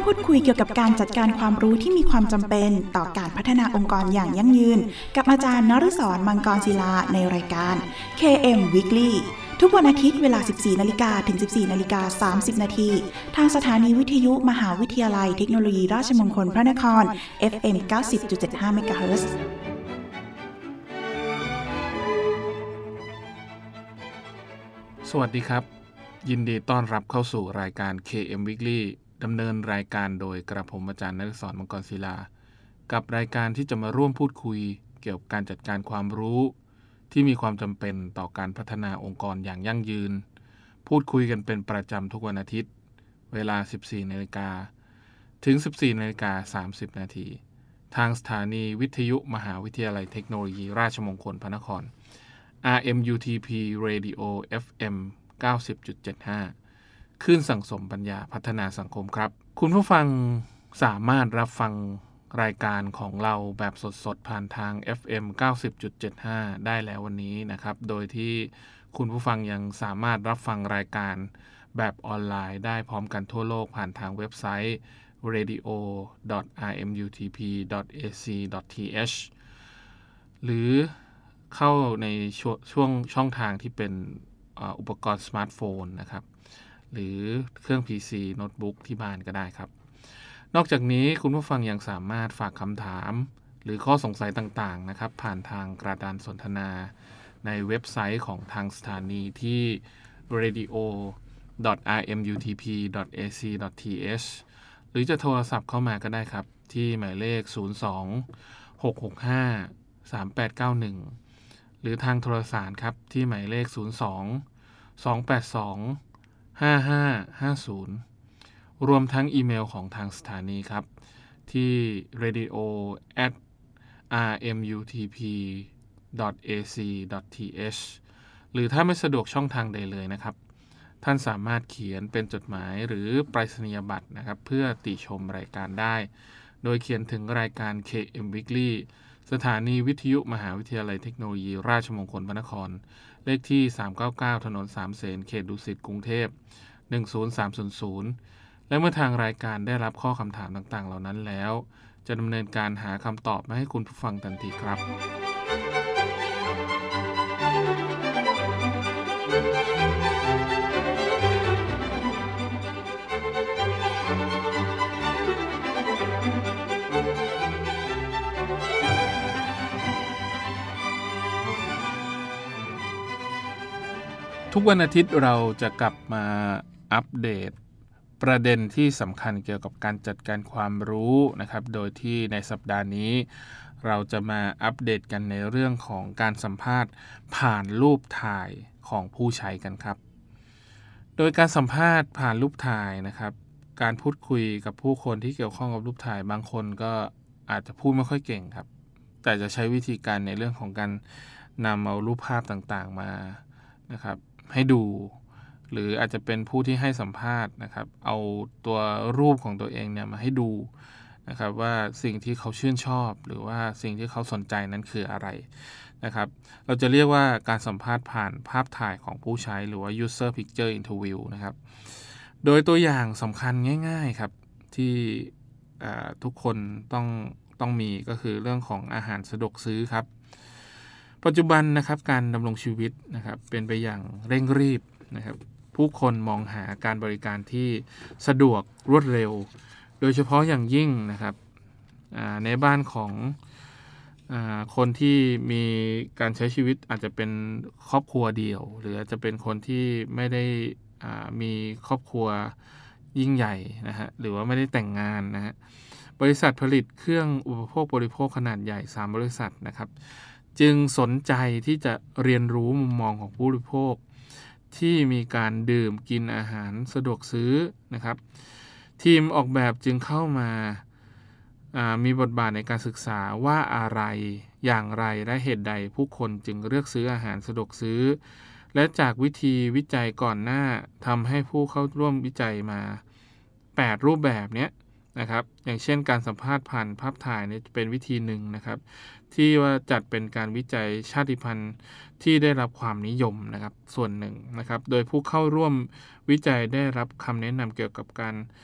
พูดคุยเกี่ยวกับการจัดการความรู้ที่มีความจำเป็นต่อการพัฒนาองค์กรอย่างยั่งยืนกับอาจารย์นฤศร มังกรศิลาในรายการ KM Weekly ทุกวันอาทิตย์เวลา 14 นาฬิกาถึง 14 นาฬิกา 30 นาทีทางสถานีวิทยุมหาวิทยาลัยเทคโนโลยีราชมงคลพระนคร FM 90.75 เมกะเฮิรตซ์สวัสดีครับยินดีต้อนรับเข้าสู่รายการ KM Weekly ดำเนินรายการโดยกระผมอาจารย์นฤศร มังกรศิลากับรายการที่จะมาร่วมพูดคุยเกี่ยวกับการจัดการความรู้ที่มีความจำเป็นต่อการพัฒนาองค์กรอย่างยั่งยืนพูดคุยกันเป็นประจำทุกวันอาทิตย์เวลา 14 นาฬิกาถึง 14 นาฬิกา 30 นาทีทางสถานีวิทยุมหาวิทยาลัยเทคโนโลยีราชมงคลพระนคร RMUTP Radio FM 90.75 คลื่นสังสมปัญญาพัฒนาสังคมครับคุณผู้ฟังสามารถรับฟังรายการของเราแบบสดๆผ่านทาง FM 90.75 ได้แล้ววันนี้นะครับโดยที่คุณผู้ฟังยังสามารถรับฟังรายการแบบออนไลน์ได้พร้อมกันทั่วโลกผ่านทางเว็บไซต์ radio.rmutp.ac.th หรือเข้าในช่องทางที่เป็นอุปกรณ์สมาร์ทโฟนนะครับหรือเครื่อง PC โน้ตบุ๊กที่บ้านก็ได้ครับนอกจากนี้คุณผู้ฟังยังสามารถฝากคำถามหรือข้อสงสัยต่างๆนะครับผ่านทางกระดานสนทนาในเว็บไซต์ของทางสถานีที่ radio.rmutp.ac.th หรือจะโทรศัพท์เข้ามาก็ได้ครับที่หมายเลข 02-665-3891 หรือทางโทรสารครับที่หมายเลข 02-282-5550 รวมทั้งอีเมลของทางสถานีครับที่ radio@rmutp.ac.th หรือถ้าไม่สะดวกช่องทางใดเลยนะครับท่านสามารถเขียนเป็นจดหมายหรือไปรษณียบัตรนะครับเพื่อติชมรายการได้โดยเขียนถึงรายการ KM Weekly สถานีวิทยุมหาวิทยาลัยเทคโนโลยีราชมงคลพระนครเลขที่399ถนนสามเสนเขตดุสิตกรุงเทพ10300และเมื่อทางรายการได้รับข้อคำถามต่างๆเหล่านั้นแล้วจะดำเนินการหาคำตอบมาให้คุณผู้ฟังทันทีครับทุกวันอาทิตย์เราจะกลับมาอัปเดตประเด็นที่สำคัญเกี่ยวกับการจัดการความรู้นะครับโดยที่ในสัปดาห์นี้เราจะมาอัปเดตกันในเรื่องของการสัมภาษณ์ผ่านรูปถ่ายของผู้ใช้กันครับโดยการสัมภาษณ์ผ่านรูปถ่ายนะครับการพูดคุยกับผู้คนที่เกี่ยวข้องกับรูปถ่ายบางคนก็อาจจะพูดไม่ค่อยเก่งครับแต่จะใช้วิธีการในเรื่องของการนำเอารูปภาพต่างๆมานะครับให้ดูหรืออาจจะเป็นผู้ที่ให้สัมภาษณ์นะครับเอาตัวรูปของตัวเองเนี่ยมาให้ดูนะครับว่าสิ่งที่เขาชื่นชอบหรือว่าสิ่งที่เขาสนใจนั้นคืออะไรนะครับเราจะเรียกว่าการสัมภาษณ์ผ่านภาพถ่ายของผู้ใช้หรือว่า user picture interview นะครับโดยตัวอย่างสำคัญง่ายๆครับที่ทุกคนต้องมีก็คือเรื่องของอาหารสะดวกซื้อครับปัจจุบันนะครับการดำรงชีวิตนะครับเป็นไปอย่างเร่งรีบนะครับผู้คนมองหาการบริการที่สะดวกรวดเร็วโดยเฉพาะอย่างยิ่งนะครับในบ้านของคนที่มีการใช้ชีวิตอาจจะเป็นครอบครัวเดี่ยวหรืออาจจะเป็นคนที่ไม่ได้มีครอบครัวยิ่งใหญ่นะฮะหรือว่าไม่ได้แต่งงานนะฮะบริษัทผลิตเครื่องอุปโภคบริโภคขนาดใหญ่3บริษัทนะครับจึงสนใจที่จะเรียนรู้มุมมองของผู้บริโภคที่มีการดื่มกินอาหารสะดวกซื้อนะครับทีมออกแบบจึงเข้ามามีบทบาทในการศึกษาว่าอะไรอย่างไรและเหตุใดผู้คนจึงเลือกซื้ออาหารสะดวกซื้อและจากวิธีวิจัยก่อนหน้าทำให้ผู้เข้าร่วมวิจัยมา8รูปแบบเนี้ยนะครับอย่างเช่นการสัมภาษณ์ผ่านภาพถ่ายนี่เป็นวิธีหนึ่งนะครับที่ว่าจัดเป็นการวิจัยชาติพันธุ์ที่ได้รับความนิยมนะครับส่วนหนึ่งนะครับโดยผู้เข้าร่วมวิจัยได้รับคำแนะนำเกี่ยวกับการ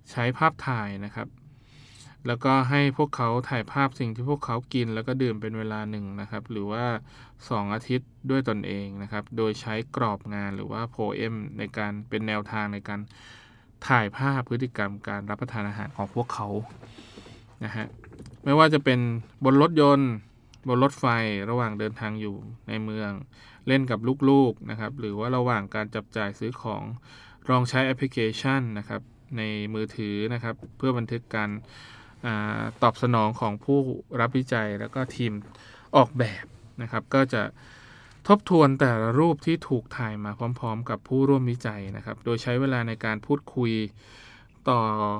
ใช้ภาพถ่ายนะครับแล้วก็ให้พวกเขาถ่ายภาพสิ่งที่พวกเขากินแล้วก็ดื่มเป็นเวลาหนึ่งนะครับหรือว่า2อาทิตย์ด้วยตนเองนะครับโดยใช้กรอบงานหรือว่าโพเอมในการเป็นแนวทางในการถ่ายภาพพฤติกรรมการรับประทานอาหารของพวกเขานะฮะไม่ว่าจะเป็นบนรถยนต์บนรถไฟระหว่างเดินทางอยู่ในเมืองเล่นกับลูกๆนะครับหรือว่าระหว่างการจับจ่ายซื้อของลองใช้แอปพลิเคชันนะครับในมือถือนะครับเพื่อบันทึกการตอบสนองของผู้รับวิจัยแล้วก็ทีมออกแบบนะครับก็จะทบทวนแต่ละรูปที่ถูกถ่ายมาพร้อมๆกับผู้ร่วมวิจัยนะครับโดยใช้เวลาในการพูดคุยต่อ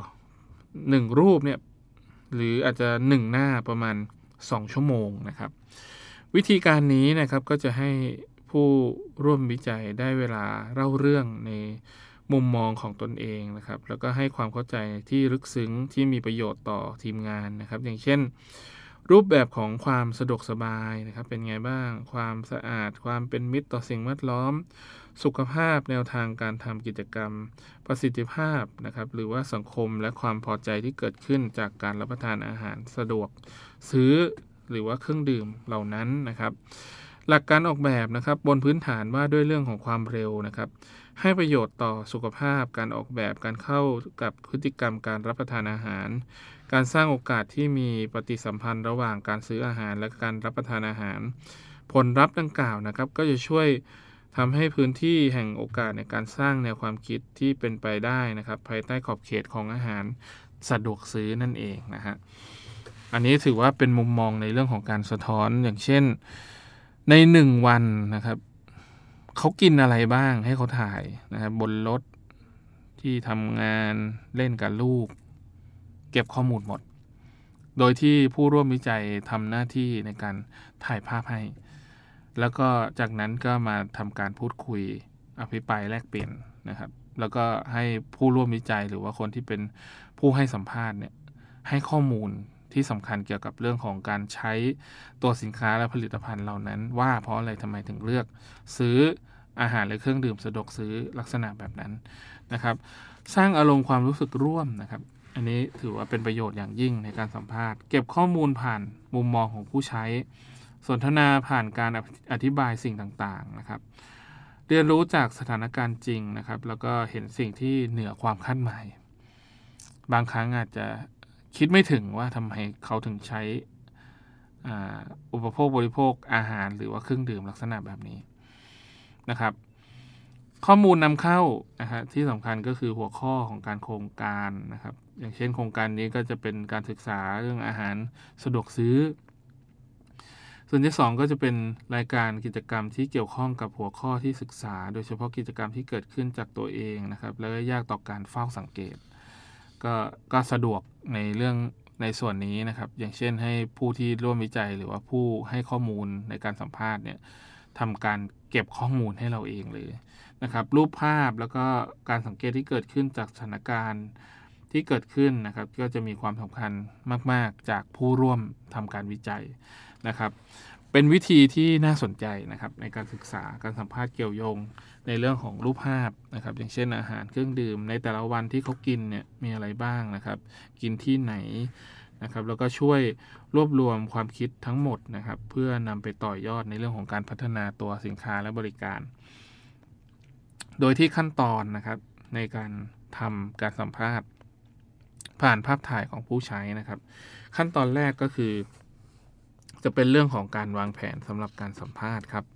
1รูปเนี่ยหรืออาจจะ1หน้าประมาณ2ชั่วโมงนะครับวิธีการนี้นะครับก็จะให้ผู้ร่วมวิจัยได้เวลาเล่าเรื่องในมุมมองของตนเองนะครับแล้วก็ให้ความเข้าใจที่ลึกซึ้งที่มีประโยชน์ต่อทีมงานนะครับอย่างเช่นรูปแบบของความสะดวกสบายนะครับเป็นไงบ้างความสะอาดความเป็นมิตรต่อสิ่งแวดล้อมสุขภาพแนวทางการทำกิจกรรมประสิทธิภาพนะครับหรือว่าสังคมและความพอใจที่เกิดขึ้นจากการรับประทานอาหารสะดวกซื้อหรือว่าเครื่องดื่มเหล่านั้นนะครับหลักการออกแบบนะครับบนพื้นฐานว่าด้วยเรื่องของความเร็วนะครับให้ประโยชน์ต่อสุขภาพการออกแบบการเข้ากับพฤติกรรมการรับประทานอาหารการสร้างโอกาสที่มีปฏิสัมพันธ์ระหว่างการซื้ออาหารและการรับประทานอาหารผลลัพธ์ดังกล่าวนะครับก็จะช่วยทำให้พื้นที่แห่งโอกาสในการสร้างแนวความคิดที่เป็นไปได้นะครับภายใต้ขอบเขตของอาหารสะดวกซื้อนั่นเองนะฮะอันนี้ถือว่าเป็นมุมมองในเรื่องของการสะท้อนอย่างเช่นใน1วันนะครับเขากินอะไรบ้างให้เขาถ่ายนะครับบนรถที่ทำงานเล่นกับลูกเก็บข้อมูลหมดโดยที่ผู้ร่วมวิจัยทำหน้าที่ในการถ่ายภาพให้แล้วก็จากนั้นก็มาทำการพูดคุยอภิปรายแลกเปลี่ยนนะครับแล้วก็ให้ผู้ร่วมวิจัยหรือว่าคนที่เป็นผู้ให้สัมภาษณ์เนี่ยให้ข้อมูลที่สำคัญเกี่ยวกับเรื่องของการใช้ตัวสินค้าและผลิตภัณฑ์เหล่านั้นว่าเพราะอะไรทำไมถึงเลือกซื้ออาหารหรือเครื่องดื่มสะดวกซื้อลักษณะแบบนั้นนะครับสร้างอารมณ์ความรู้สึกร่วมนะครับอันนี้ถือว่าเป็นประโยชน์อย่างยิ่งในการสัมภาษณ์เก็บข้อมูลผ่านมุมมองของผู้ใช้สนทนาผ่านการอธิบายสิ่งต่างๆนะครับเรียนรู้จากสถานการณ์จริงนะครับแล้วก็เห็นสิ่งที่เหนือความคาดหมายบางครั้งอาจจะคิดไม่ถึงว่าทำไมเขาถึงใช้อุปโภคบริโภคอาหารหรือว่าเครื่องดื่มลักษณะแบบนี้นะครับข้อมูลนำเข้านะครับที่สำคัญก็คือหัวข้อของการโครงการนะครับอย่างเช่นโครงการนี้ก็จะเป็นการศึกษาเรื่องอาหารสะดวกซื้อส่วนที่2ก็จะเป็นรายการกิจกรรมที่เกี่ยวข้องกับหัวข้อที่ศึกษาโดยเฉพาะกิจกรรมที่เกิดขึ้นจากตัวเองนะครับแล้วก็ยากต่อการเฝ้าสังเกตก็สะดวกในเรื่องในส่วนนี้นะครับอย่างเช่นให้ผู้ที่ร่วมวิจัยหรือว่าผู้ให้ข้อมูลในการสัมภาษณ์เนี่ยทำการเก็บข้อมูลให้เราเองเลยนะครับรูปภาพแล้วก็การสังเกตที่เกิดขึ้นจากสถานการณ์ที่เกิดขึ้นนะครับก็จะมีความสำคัญมากๆจากผู้ร่วมทำการวิจัยนะครับเป็นวิธีที่น่าสนใจนะครับในการศึกษาการสัมภาษณ์เกี่ยวโยงในเรื่องของรูปภาพนะครับอย่างเช่นอาหารเครื่องดื่มในแต่ละวันที่เขากินเนี่ยมีอะไรบ้างนะครับกินที่ไหนนะครับแล้วก็ช่วยรวบรวมความคิดทั้งหมดนะครับเพื่อนำไปต่อยอดในเรื่องของการพัฒนาตัวสินค้าและบริการโดยที่ขั้นตอนนะครับในการทำการสัมภาษณ์ผ่านภาพถ่ายของผู้ใช้นะครับขั้นตอนแรกก็คือจะเป็นเรื่องของการวางแผนสำหรับการสัมภาษณ์ครับ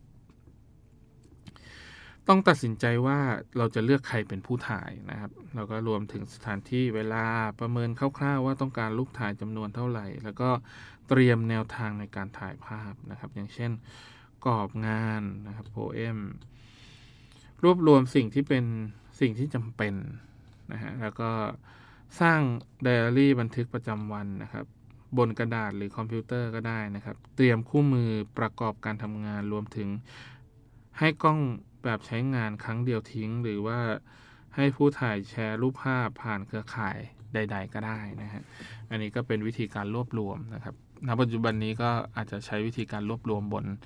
ต้องตัดสินใจว่าเราจะเลือกใครเป็นผู้ถ่ายนะครับแล้วก็รวมถึงสถานที่เวลาประเมินคร่าวๆว่าต้องการลูกถ่ายจำนวนเท่าไหร่แล้วก็เตรียมแนวทางในการถ่ายภาพนะครับอย่างเช่นกรอบงานนะครับโพเอมรวบรวมสิ่งที่เป็นสิ่งที่จำเป็นนะฮะแล้วก็สร้างไดอารี่บันทึกประจำวันนะครับบนกระดาษหรือคอมพิวเตอร์ก็ได้นะครับเตรียมคู่มือประกอบการทำงานรวมถึงให้กล้องแบบใช้งานครั้งเดียวทิ้งหรือว่าให้ผู้ถ่ายแชร์รูปภาพผ่านเครือข่ายใดๆก็ได้นะฮะอันนี้ก็เป็นวิธีการรวบรวมนะครับณปัจจุบันนี้ก็อาจจะใช้วิธีการรวบรวมบน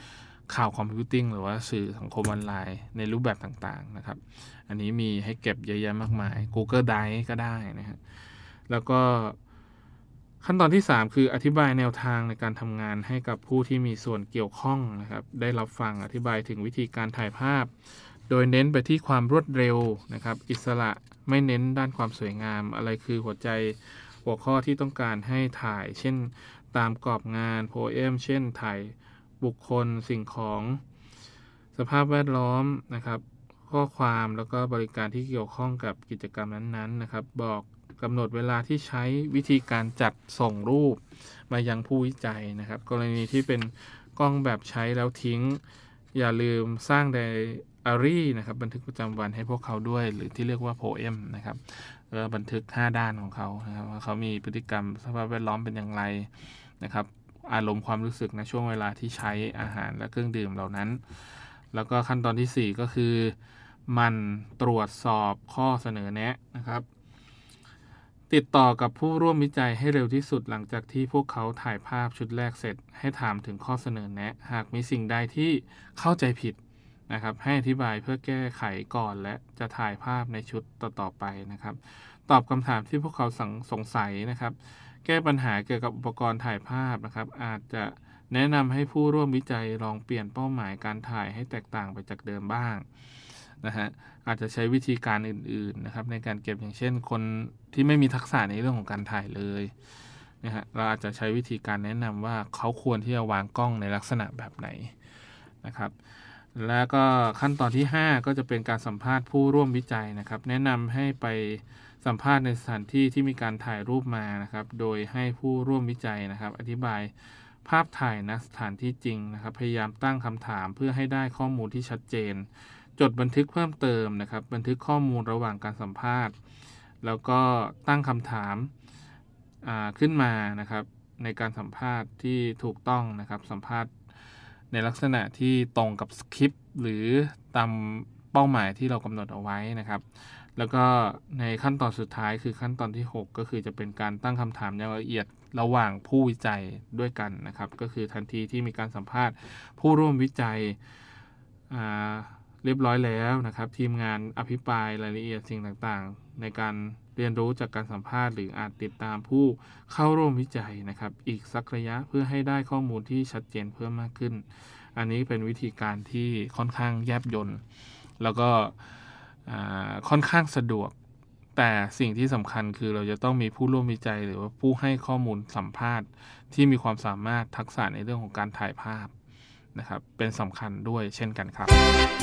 ข่าวคอมพิวติ้งหรือว่าสื่อสังคมออนไลน์ในรูปแบบต่างๆนะครับอันนี้มีให้เก็บเยอะแยะมากมาย Google Drive ก็ได้นะฮะแล้วก็ขั้นตอนที่3คืออธิบายแนวทางในการทำงานให้กับผู้ที่มีส่วนเกี่ยวข้องนะครับได้รับฟังอธิบายถึงวิธีการถ่ายภาพโดยเน้นไปที่ความรวดเร็วนะครับอิสระไม่เน้นด้านความสวยงามอะไรคือหัวใจหัวข้อที่ต้องการให้ถ่ายเช่นตามกรอบงานโพเอมเช่นถ่ายบุคคลสิ่งของสภาพแวดล้อมนะครับข้อความแล้วก็บริการที่เกี่ยวข้องกับกิจกรรมนั้นๆนะครับบอกกำหนดเวลาที่ใช้วิธีการจัดส่งรูปมายังผู้วิจัยนะครับกรณีที่เป็นกล้องแบบใช้แล้วทิ้งอย่าลืมสร้างไดอารี่นะครับบันทึกประจำวันให้พวกเขาด้วยหรือที่เรียกว่าโพเอมนะครับแล้วบันทึก5ด้านของเขานะครับว่าเขามีพฤติกรรมสภาพแวดล้อมเป็นอย่างไรนะครับอารมณ์ความรู้สึกในช่วงเวลาที่ใช้อาหารและเครื่องดื่มเหล่านั้นแล้วก็ขั้นตอนที่4ก็คือมันตรวจสอบข้อเสนอแนะนะครับติดต่อกับผู้ร่วมวิจัยให้เร็วที่สุดหลังจากที่พวกเขาถ่ายภาพชุดแรกเสร็จให้ถามถึงข้อเสนอแนะหากมีสิ่งใดที่เข้าใจผิดนะครับให้อธิบายเพื่อแก้ไขก่อนและจะถ่ายภาพในชุดต่อๆไปนะครับตอบคำถามที่พวกเขาสงสัยนะครับแก้ปัญหาเกี่ยวกับอุปกรณ์ถ่ายภาพนะครับอาจจะแนะนำให้ผู้ร่วมวิจัยลองเปลี่ยนเป้าหมายการถ่ายให้แตกต่างไปจากเดิมบ้างนะฮะอาจจะใช้วิธีการอื่นๆนะครับในการเก็บอย่างเช่นคนที่ไม่มีทักษะในเรื่องของการถ่ายเลยนะฮะเราอาจจะใช้วิธีการแนะนำว่าเขาควรที่จะวางกล้องในลักษณะแบบไหนนะครับแล้วก็ขั้นตอนที่5ก็จะเป็นการสัมภาษณ์ผู้ร่วมวิจัยนะครับแนะนำให้ไปสัมภาษณ์ในสถานที่ที่มีการถ่ายรูปมานะครับโดยให้ผู้ร่วมวิจัยนะครับอธิบายภาพถ่ายณสถานที่จริงนะครับพยายามตั้งคำถามเพื่อให้ได้ข้อมูลที่ชัดเจนจดบันทึกเพิ่มเติมนะครับบันทึกข้อมูลระหว่างการสัมภาษณ์แล้วก็ตั้งคำถามขึ้นมานะครับในการสัมภาษณ์ที่ถูกต้องนะครับสัมภาษณ์ในลักษณะที่ตรงกับสคริปต์หรือตามเป้าหมายที่เรากำหนดเอาไว้นะครับแล้วก็ในขั้นตอนสุดท้ายคือขั้นตอนที่6ก็คือจะเป็นการตั้งคำถามอย่างละเอียดระหว่างผู้วิจัยด้วยกันนะครับก็คือทันทีที่มีการสัมภาษณ์ผู้ร่วมวิจัยเรียบร้อยแล้วนะครับทีมงานอภิปรายรายละเอียดสิ่งต่างๆในการเรียนรู้จากการสัมภาษณ์หรืออาจติดตามผู้เข้าร่วมวิจัยนะครับอีกสักระยะเพื่อให้ได้ข้อมูลที่ชัดเจนเพิ่มมากขึ้นอันนี้เป็นวิธีการที่ค่อนข้างแยบยลแล้วก็ค่อนข้างสะดวกแต่สิ่งที่สำคัญคือเราจะต้องมีผู้ร่วมวิจัยหรือว่าผู้ให้ข้อมูลสัมภาษณ์ที่มีความสามารถทักษะในเรื่องของการถ่ายภาพนะครับเป็นสำคัญด้วยเช่นกันครับ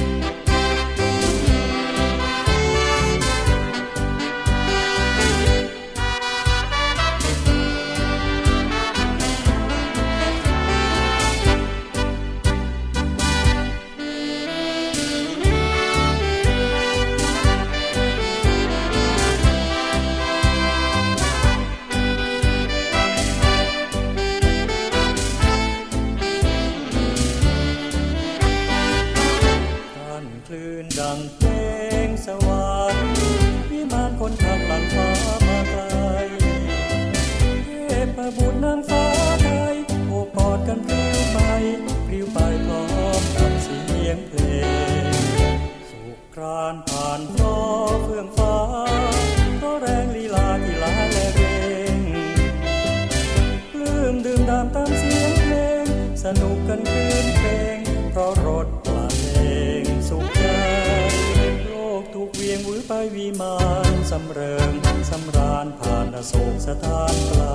ดังเพลงสวรรค์วิมานคนขับหลังฟ้ามาไกลเทพบุตรนางฟ้าไทยโอบกอดกันพลิ้วไปพร้อมกับเสียงเพลงสุครานผ่านเพราะเฟื่องฟ้าเพราะแรงลีลาที่ล้าและเร่งปลื้มดื่มด่ำตามเสียงเพลงสนุกกันคืนเพลงเพราะรถสุขใจโลกถูกเวียงหวือไปวิมานสำเริงสำราญผ่านอโศกสถานไกล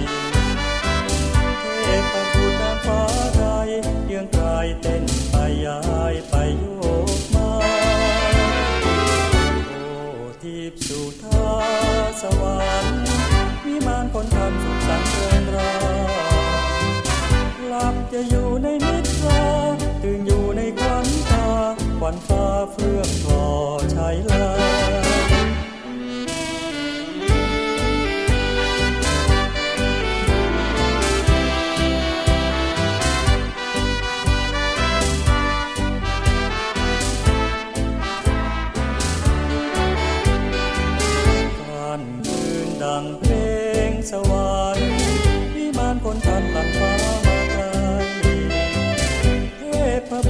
เทพบุตรนางฟ้าไทยเยืองกายเต้นไปย้ายไปโยกมาโอ้ทิพย์สุธาสวรรค์วิมานคนทำสุขสันต์เริงราหลับจะอยู่ในนิทราตื่นอยู่ในควันตาควันฟ้าเฟื่องทอใช้ลาการคืนดังเพลงสวรรค์วิมานคนทันหลังฟ้ามาไกลเทพ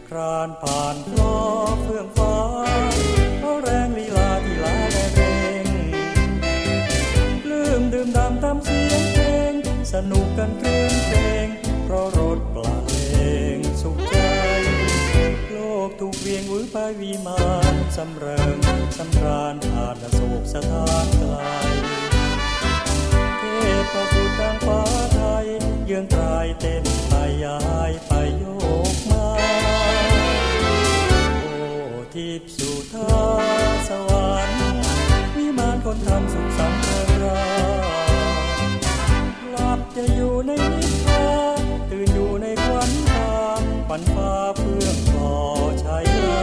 ครานผ่านคลอเฟื่องฟ้าเพราะแรงลีลาที่ลาและเร่งลืมดื่มด่ำตามเสียงเพลงสนุกกันคลื่นเพลงเพราะรถปลาเพลงสุขใจโลกถูกเวียงหวือไปวิมานสำเริงสำราญผ่านโศกสถานไกลเทพบุตรดังฟ้าไทยเยืองกลายเต้นไปย้ายไปโยกมาโอ้ทิพย์สุธาสวรรค์วิมานคนทำสุขสันต์เริงราหลับจะอยู่ในนิทราตื่นอยู่ในควันตาฝันฟ้าเพื่องพอใช้รา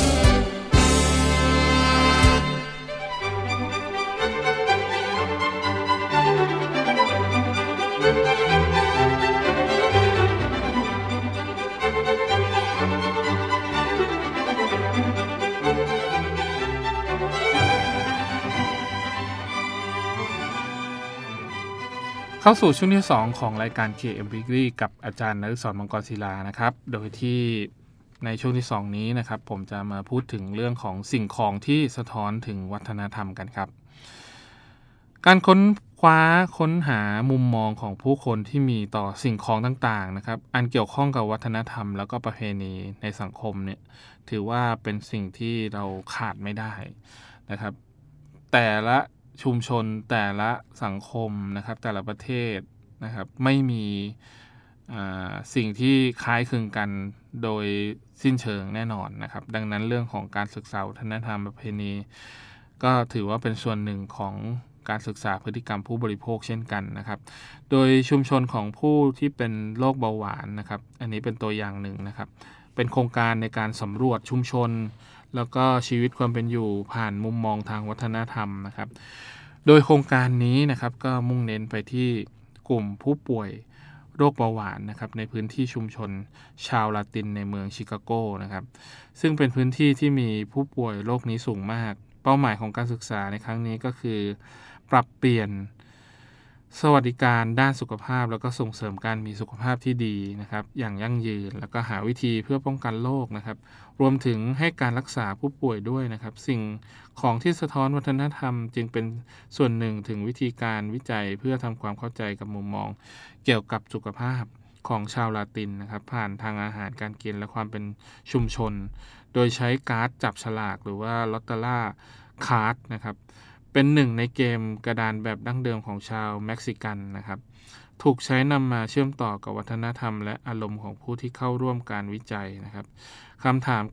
เข้าสู่ช่วงที่2ของรายการ KM Weekly กับอาจารย์นฤศร มังกรศิลานะครับโดยที่ในช่วงที่2นี้นะครับผมจะมาพูดถึงเรื่องของสิ่งของที่สะท้อนถึงวัฒนธรรมกันครับการค้นคว้าค้นหามุมมองของผู้คนที่มีต่อสิ่งของต่างๆนะครับอันเกี่ยวข้องกับวัฒนธรรมแล้วก็ประเพณีในสังคมเนี่ยถือว่าเป็นสิ่งที่เราขาดไม่ได้นะครับแต่ละชุมชนแต่ละสังคมนะครับแต่ละประเทศนะครับไม่มีสิ่งที่คล้ายคลึงกันโดยสิ้นเชิงแน่นอนนะครับดังนั้นเรื่องของการศึกษาวัฒนธรรมประเพณีก็ถือว่าเป็นส่วนหนึ่งของการศึกษาพฤติกรรมผู้บริโภคเช่นกันนะครับโดยชุมชนของผู้ที่เป็นโรคเบาหวานนะครับอันนี้เป็นตัวอย่างหนึ่งนะครับเป็นโครงการในการสำรวจชุมชนแล้วก็ชีวิตความเป็นอยู่ผ่านมุมมองทางวัฒนธรรมนะครับโดยโครงการนี้นะครับก็มุ่งเน้นไปที่กลุ่มผู้ป่วยโรคเบาหวานนะครับในพื้นที่ชุมชนชาวลาตินในเมืองชิคาโกนะครับซึ่งเป็นพื้นที่ที่มีผู้ป่วยโรคนี้สูงมากเป้าหมายของการศึกษาในครั้งนี้ก็คือปรับเปลี่ยนสวัสดิการด้านสุขภาพแล้วก็ส่งเสริมการมีสุขภาพที่ดีนะครับอย่างยั่งยืนแล้วก็หาวิธีเพื่อป้องกันโรคนะครับรวมถึงให้การรักษาผู้ป่วยด้วยนะครับสิ่งของที่สะท้อนวัฒนธรรมจึงเป็นส่วนหนึ่งถึงวิธีการวิจัยเพื่อทำความเข้าใจกับมุมมองเกี่ยวกับสุขภาพของชาวลาตินนะครับผ่านทางอาหารการกินและความเป็นชุมชนโดยใช้การ์ดจับฉลากหรือว่าลอตเตอร่าคาร์ดนะครับเป็นหนึ่งในเกมกระดานแบบดั้งเดิมของชาวเม็กซิกันนะครับถูกใช้นำมาเชื่อมต่อกับวัฒนธรรมและอารมณ์ของผู้ที่เข้าร่วมการวิจัยนะครับคำถาม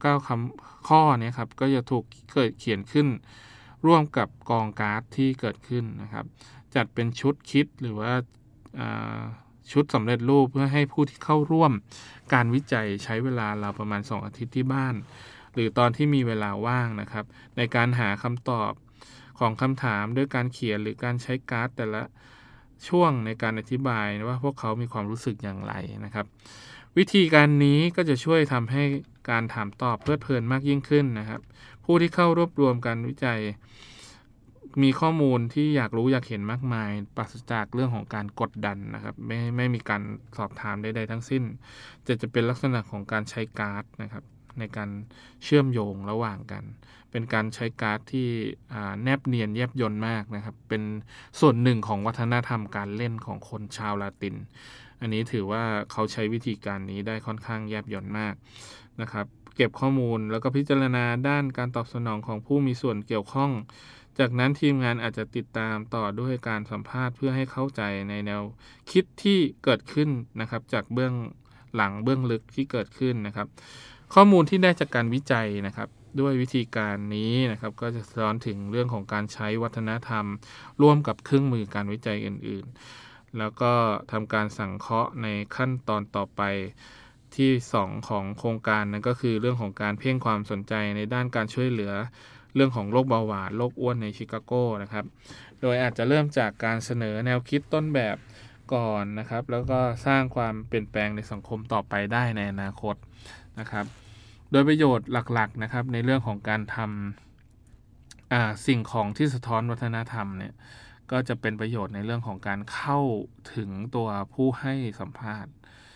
9ข้อนี้ครับก็จะถูกเขียนขึ้นร่วมกับกองการ์ดที่เกิดขึ้นนะครับจัดเป็นชุดคิดหรือว่าชุดสำเร็จรูปเพื่อให้ผู้ที่เข้าร่วมการวิจัยใช้เวลาราวประมาณ2 อาทิตย์ที่บ้านหรือตอนที่มีเวลาว่างนะครับในการหาคำตอบของคำถามด้วยการเขียนหรือการใช้การ์ดแต่ละช่วงในการอธิบายว่าพวกเขามีความรู้สึกอย่างไรนะครับวิธีการนี้ก็จะช่วยทำให้การถามตอบเพลิดเพลินมากยิ่งขึ้นนะครับผู้ที่เข้ารวบรวมการวิจัยมีข้อมูลที่อยากรู้อยากเห็นมากมายปราศจากเรื่องของการกดดันนะครับไม่มีการสอบถามใดๆทั้งสิ้นจะเป็นลักษณะของการใช้การ์ดนะครับในการเชื่อมโยงระหว่างกันเป็นการใช้การ์ดที่แนบเนียนแยบยลมากนะครับเป็นส่วนหนึ่งของวัฒนธรรมการเล่นของคนชาวลาตินอันนี้ถือว่าเขาใช้วิธีการนี้ได้ค่อนข้างแยบยลมากนะครับเก็บข้อมูลแล้วก็พิจารณาด้านการตอบสนองของผู้มีส่วนเกี่ยวข้องจากนั้นทีมงานอาจจะติดตามต่อด้วยการสัมภาษณ์เพื่อให้เข้าใจในแนวคิดที่เกิดขึ้นนะครับจากเบื้องหลังเบื้องลึกที่เกิดขึ้นนะครับข้อมูลที่ได้จากการวิจัยนะครับด้วยวิธีการนี้นะครับก็จะสะท้อนถึงเรื่องของการใช้วัฒนธรรมร่วมกับเครื่องมือการวิจัยอื่นๆแล้วก็ทำการสังเคราะห์ในขั้นตอนต่อไปที่2ของโครงการนั้นก็คือเรื่องของการเพ่งความสนใจในด้านการช่วยเหลือเรื่องของโรคเบาหวานโรคอ้วนในชิคาโกนะครับโดยอาจจะเริ่มจากการเสนอแนวคิดต้นแบบก่อนนะครับแล้วก็สร้างความเปลี่ยนแปลงในสังคมต่อไปได้ในอนาคตนะครับโดยประโยชน์หลักๆนะครับในเรื่องของการทำสิ่งของที่สะท้อนวัฒนธรรมเนี่ยก็จะเป็นประโยชน์ในเรื่องของการเข้าถึงตัวผู้ให้สัมภาษณ์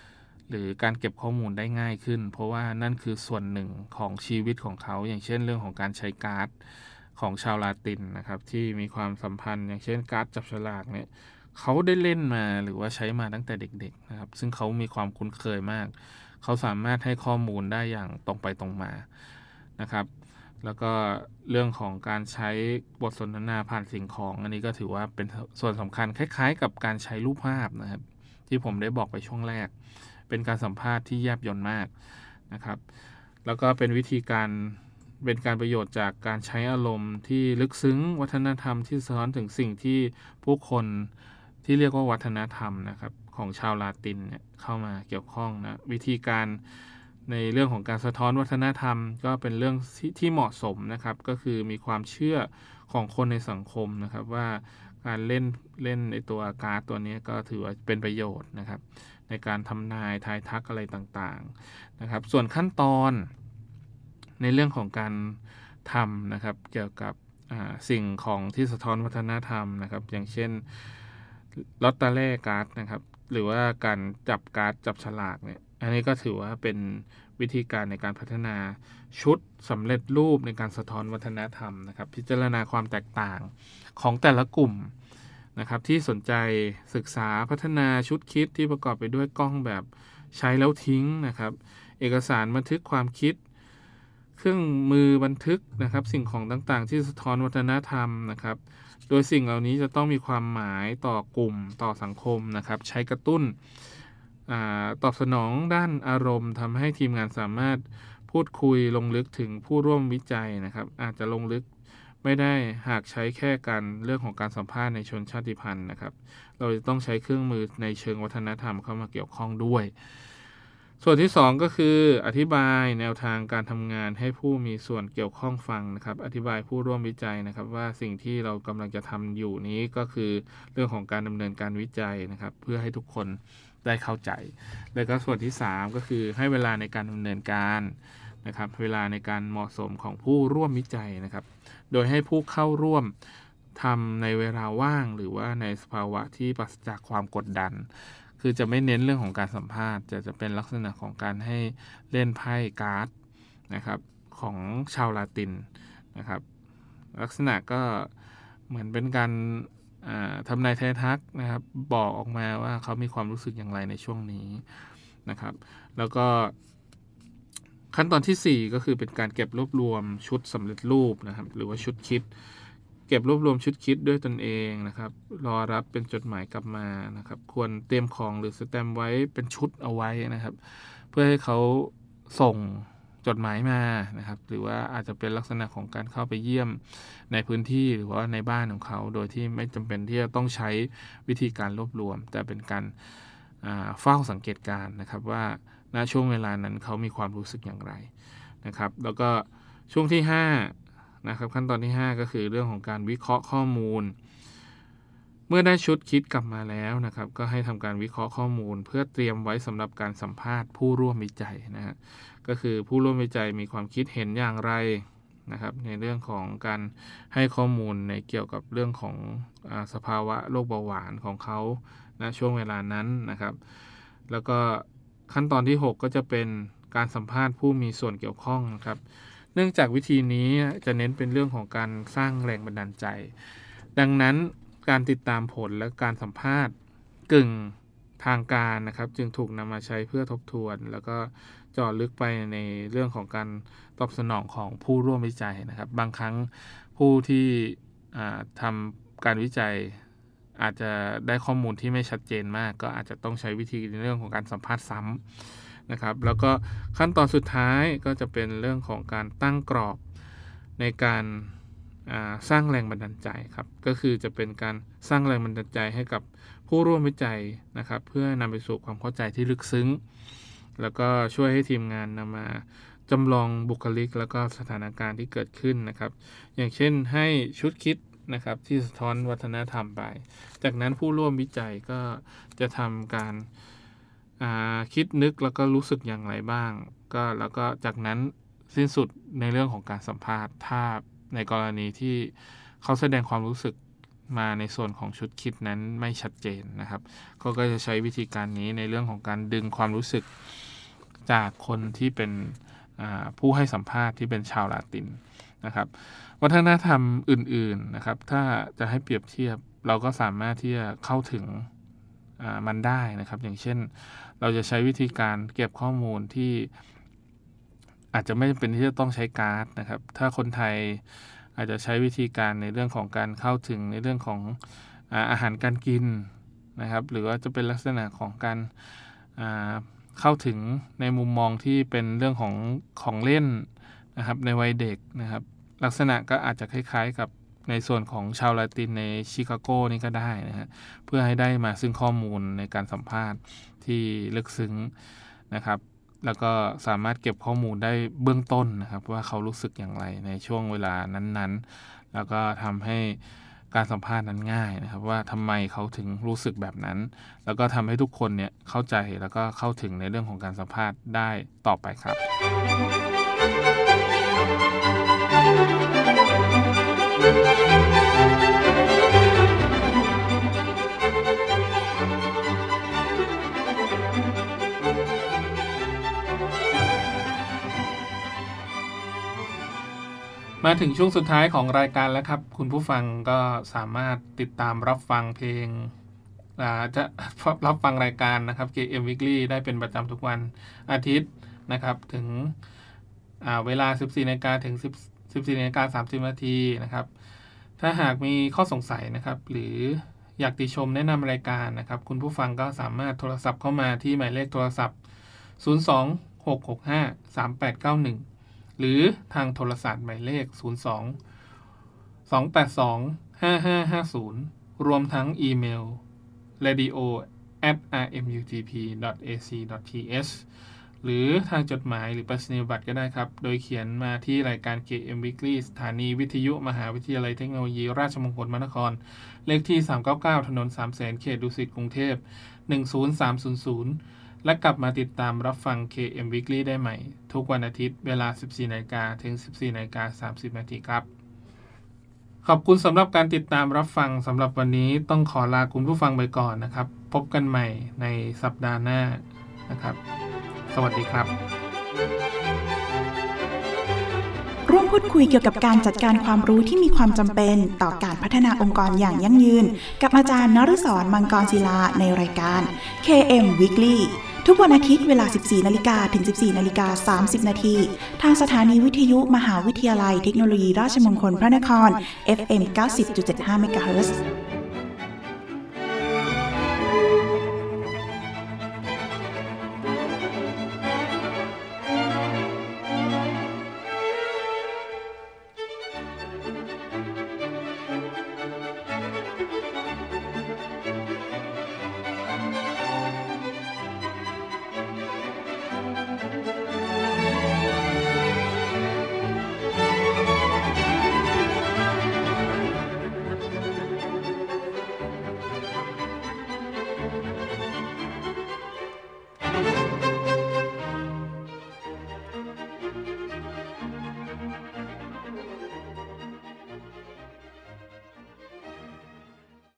หรือการเก็บข้อมูลได้ง่ายขึ้นเพราะว่านั่นคือส่วนหนึ่งของชีวิตของเขาอย่างเช่นเรื่องของการใช้การ์ดของชาวลาตินนะครับที่มีความสัมพันธ์อย่างเช่นการ์ดจับฉลากเนี่ยเขาได้เล่นมาหรือว่าใช้มาตั้งแต่เด็กๆนะครับซึ่งเขามีความคุ้นเคยมากเขาสามารถให้ข้อมูลได้อย่างตรงไปตรงมานะครับแล้วก็เรื่องของการใช้บทสนทนาผ่านสิ่งของอันนี้ก็ถือว่าเป็นส่วนสำคัญคล้ายๆกับการใช้รูปภาพนะครับที่ผมได้บอกไปช่วงแรกเป็นการสัมภาษณ์ที่แยบยลมากนะครับแล้วก็เป็นวิธีการเป็นการประโยชน์จากการใช้อารมณ์ที่ลึกซึ้งวัฒนธรรมที่สะท้อนถึงสิ่งที่ผู้คนที่เรียกว่าวัฒนธรรมนะครับของชาวลาตินเนี่ยเข้ามาเกี่ยวข้องนะวิธีการในเรื่องของการสะท้อนวัฒนธรรมก็เป็นเรื่องที่เหมาะสมนะครับก็คือมีความเชื่อของคนในสังคมนะครับว่าการเล่นในตัวการ์ดตัวนี้ก็ถือว่าเป็นประโยชน์นะครับในการทำนายทายทักอะไรต่างๆนะครับส่วนขั้นตอนในเรื่องของการทำนะครับเกี่ยวกับสิ่งของที่สะท้อนวัฒนธรรมนะครับอย่างเช่นลอตเตอรี่การ์ดนะครับหรือว่าการจับการ์ดจับฉลากเนี่ยอันนี้ก็ถือว่าเป็นวิธีการในการพัฒนาชุดสำเร็จรูปในการสะท้อนวัฒนธรรมนะครับพิจารณาความแตกต่างของแต่ละกลุ่มนะครับที่สนใจศึกษาพัฒนาชุดคิดที่ประกอบไปด้วยกล้องแบบใช้แล้วทิ้งนะครับเอกสารบันทึกความคิดเครื่องมือบันทึกนะครับสิ่งของต่างๆที่สะท้อนวัฒนธรรมนะครับโดยสิ่งเหล่านี้จะต้องมีความหมายต่อกลุ่มต่อสังคมนะครับใช้กระตุ้นตอบสนองด้านอารมณ์ทำให้ทีมงานสามารถพูดคุยลงลึกถึงผู้ร่วมวิจัยนะครับอาจจะลงลึกไม่ได้หากใช้แค่การเรื่องของการสัมภาษณ์ในชนชาติพันธุ์นะครับเราจะต้องใช้เครื่องมือในเชิงวัฒนธรรมเข้ามาเกี่ยวข้องด้วยส่วนที่2ก็คืออธิบายแนวทางการทำงานให้ผู้มีส่วนเกี่ยวข้องฟังนะครับอธิบายผู้ร่วมวิจัยนะครับว่าสิ่งที่เรากำลังจะทำอยู่นี้ก็คือเรื่องของการดำเนินการวิจัยนะครับเพื่อให้ทุกคนได้เข้าใจแล้วก็ส่วนที่3ก็คือให้เวลาในการดำเนินการนะครับเวลาในการเหมาะสมของผู้ร่วมวิจัยนะครับโดยให้ผู้เข้าร่วมทำในเวลาว่างหรือว่าในสภาวะที่ปราศจากความกดดันคือจะไม่เน้นเรื่องของการสัมภาษณ์จะเป็นลักษณะของการให้เล่นไพ่การ์ดนะครับของชาวลาตินนะครับลักษณะก็เหมือนเป็นการทำนายทายทักนะครับบอกออกมาว่าเขามีความรู้สึกอย่างไรในช่วงนี้นะครับแล้วก็ขั้นตอนที่4ก็คือเป็นการเก็บรวบรวมชุดสำเร็จรูปนะครับหรือว่าชุดคิดเก็บรวบรวมชุดคิดด้วยตนเองนะครับรอรับเป็นจดหมายกลับมานะครับควรเตรียมของหรือสแตมป์ไว้เป็นชุดเอาไว้นะครับเพื่อให้เขาส่งจดหมายมานะครับหรือว่าอาจจะเป็นลักษณะของการเข้าไปเยี่ยมในพื้นที่หรือว่าในบ้านของเขาโดยที่ไม่จำเป็นที่จะต้องใช้วิธีการรวบรวมแต่เป็นการเฝ้าสังเกตการณ์นะครับว่าณช่วงเวลานั้นเขามีความรู้สึกอย่างไรนะครับแล้วก็ช่วงที่5นะครับขั้นตอนที่5ก็คือเรื่องของการวิเคราะห์ข้อมูลเมื่อได้ชุดคิดกลับมาแล้วนะครับก็ให้ทำการวิเคราะห์ข้อมูลเพื่อเตรียมไว้สำหรับการสัมภาษณ์ผู้ร่วมวิจัยนะฮะก็คือผู้ร่วมวิจัยมีความคิดเห็นอย่างไรนะครับในเรื่องของการให้ข้อมูลในเกี่ยวกับเรื่องของสภาวะโรคเบาหวานของเขาณช่วงเวลานั้นนะครับแล้วก็ขั้นตอนที่6ก็จะเป็นการสัมภาษณ์ผู้มีส่วนเกี่ยวข้องนะครับเนื่องจากวิธีนี้จะเน้นเป็นเรื่องของการสร้างแรงบันดาลใจดังนั้นการติดตามผลและการสัมภาษณ์กึ่งทางการนะครับจึงถูกนำมาใช้เพื่อทบทวนแล้วก็เจาะลึกไปในเรื่องของการตอบสนองของผู้ร่วมวิจัยนะครับบางครั้งผู้ที่ทำการวิจัยอาจจะได้ข้อมูลที่ไม่ชัดเจนมากก็อาจจะต้องใช้วิธีในเรื่องของการสัมภาษณ์ซ้ำนะครับแล้วก็ขั้นตอนสุดท้ายก็จะเป็นเรื่องของการตั้งกรอบในการสร้างแรงบันดาลใจครับก็คือจะเป็นการสร้างแรงบันดาลใจให้กับผู้ร่วมวิจัยนะครับเพื่อนำไปสู่ความเข้าใจที่ลึกซึ้งแล้วก็ช่วยให้ทีมงานนำมาจำลองบุคลิกแล้วก็สถานการณ์ที่เกิดขึ้นนะครับอย่างเช่นให้ชุดคิดนะครับที่สะท้อนวัฒนธรรมไปจากนั้นผู้ร่วมวิจัยก็จะทำการคิดนึกแล้วก็รู้สึกอย่างไรบ้างก็แล้วก็จากนั้นสิ้นสุดในเรื่องของการสัมภาษณ์ถ้าในกรณีที่เขาแสดงความรู้สึกมาในส่วนของชุดคิดนั้นไม่ชัดเจนนะครับก็จะใช้วิธีการนี้ในเรื่องของการดึงความรู้สึกจากคนที่เป็นผู้ให้สัมภาษณ์ที่เป็นชาวลาตินนะครับวัฒนธรรมอื่นๆนะครับถ้าจะให้เปรียบเทียบเราก็สามารถที่จะเข้าถึงมันได้นะครับอย่างเช่นเราจะใช้วิธีการเก็บข้อมูลที่อาจจะไม่จำเป็นที่จะต้องใช้การ์ดนะครับถ้าคนไทยอาจจะใช้วิธีการในเรื่องของการเข้าถึงในเรื่องของอาหารการกินนะครับหรือว่าจะเป็นลักษณะของการเข้าถึงในมุมมองที่เป็นเรื่องของเล่นนะครับในวัยเด็กนะครับลักษณะก็อาจจะคล้ายๆกับในส่วนของชาวลาตินในชิคาโกนี่ก็ได้นะฮะเพื่อให้ได้มาซึ่งข้อมูลในการสัมภาษณ์ที่ลึกซึ้งนะครับแล้วก็สามารถเก็บข้อมูลได้เบื้องต้นนะครับว่าเขารู้สึกอย่างไรในช่วงเวลานั้นๆแล้วก็ทำให้การสัมภาษณ์นั้นง่ายนะครับว่าทำไมเขาถึงรู้สึกแบบนั้นแล้วก็ทำให้ทุกคนเนี่ยเข้าใจแล้วก็เข้าถึงในเรื่องของการสัมภาษณ์ได้ต่อไปครับมาถึงช่วงสุดท้ายของรายการแล้วครับคุณผู้ฟังก็สามารถติดตามรับฟังเพลงจะรับฟังรายการนะครับ KM Weekly ได้เป็นประจำทุกวันอาทิตย์นะครับถึงเวลา 14:00 นถึง 14:30 นนะครับถ้าหากมีข้อสงสัยนะครับหรืออยากติชมแนะนำรายการนะครับคุณผู้ฟังก็สามารถโทรศัพท์เข้ามาที่หมายเลขโทรศัพท์ 02-665-3891 หรือทางโทรศัพท์หมายเลข 02-282-5550 รวมทั้งอีเมล radio@rmutp.ac.th หรือทางจดหมายหรือไปรษณียบัตรก็ได้ครับโดยเขียนมาที่รายการ KM Weekly สถานีวิทยุมหาวิทยาลัยเทคโนโลยีราชมงคลมหานครเลขที่399ถนน3แสนเขตดุสิตกรุงเทพ10300และกลับมาติดตามรับฟัง KM Weekly ได้ใหม่ทุกวันอาทิตย์เวลา 14:00 นถึง 14:30 นครับขอบคุณสำหรับการติดตามรับฟังสำหรับวันนี้ต้องขอลาคุณผู้ฟังไปก่อนนะครับพบกันใหม่ในสัปดาห์หน้านะครับสวัสดีครับร่วมพูดคุยเกี่ยวกับการจัดการความรู้ที่มีความจำเป็นต่อการพัฒนาองค์กรอย่างยั่งยืนกับอาจารย์นฤศร มังกรศิลาในรายการ KM Weekly ทุกวันอาทิตย์เวลา 14:00 นถึง 14:30 นทางสถานีวิทยุมหาวิทยาลัยเทคโนโลยีราชมงคลพระนคร FM 90.75 MHz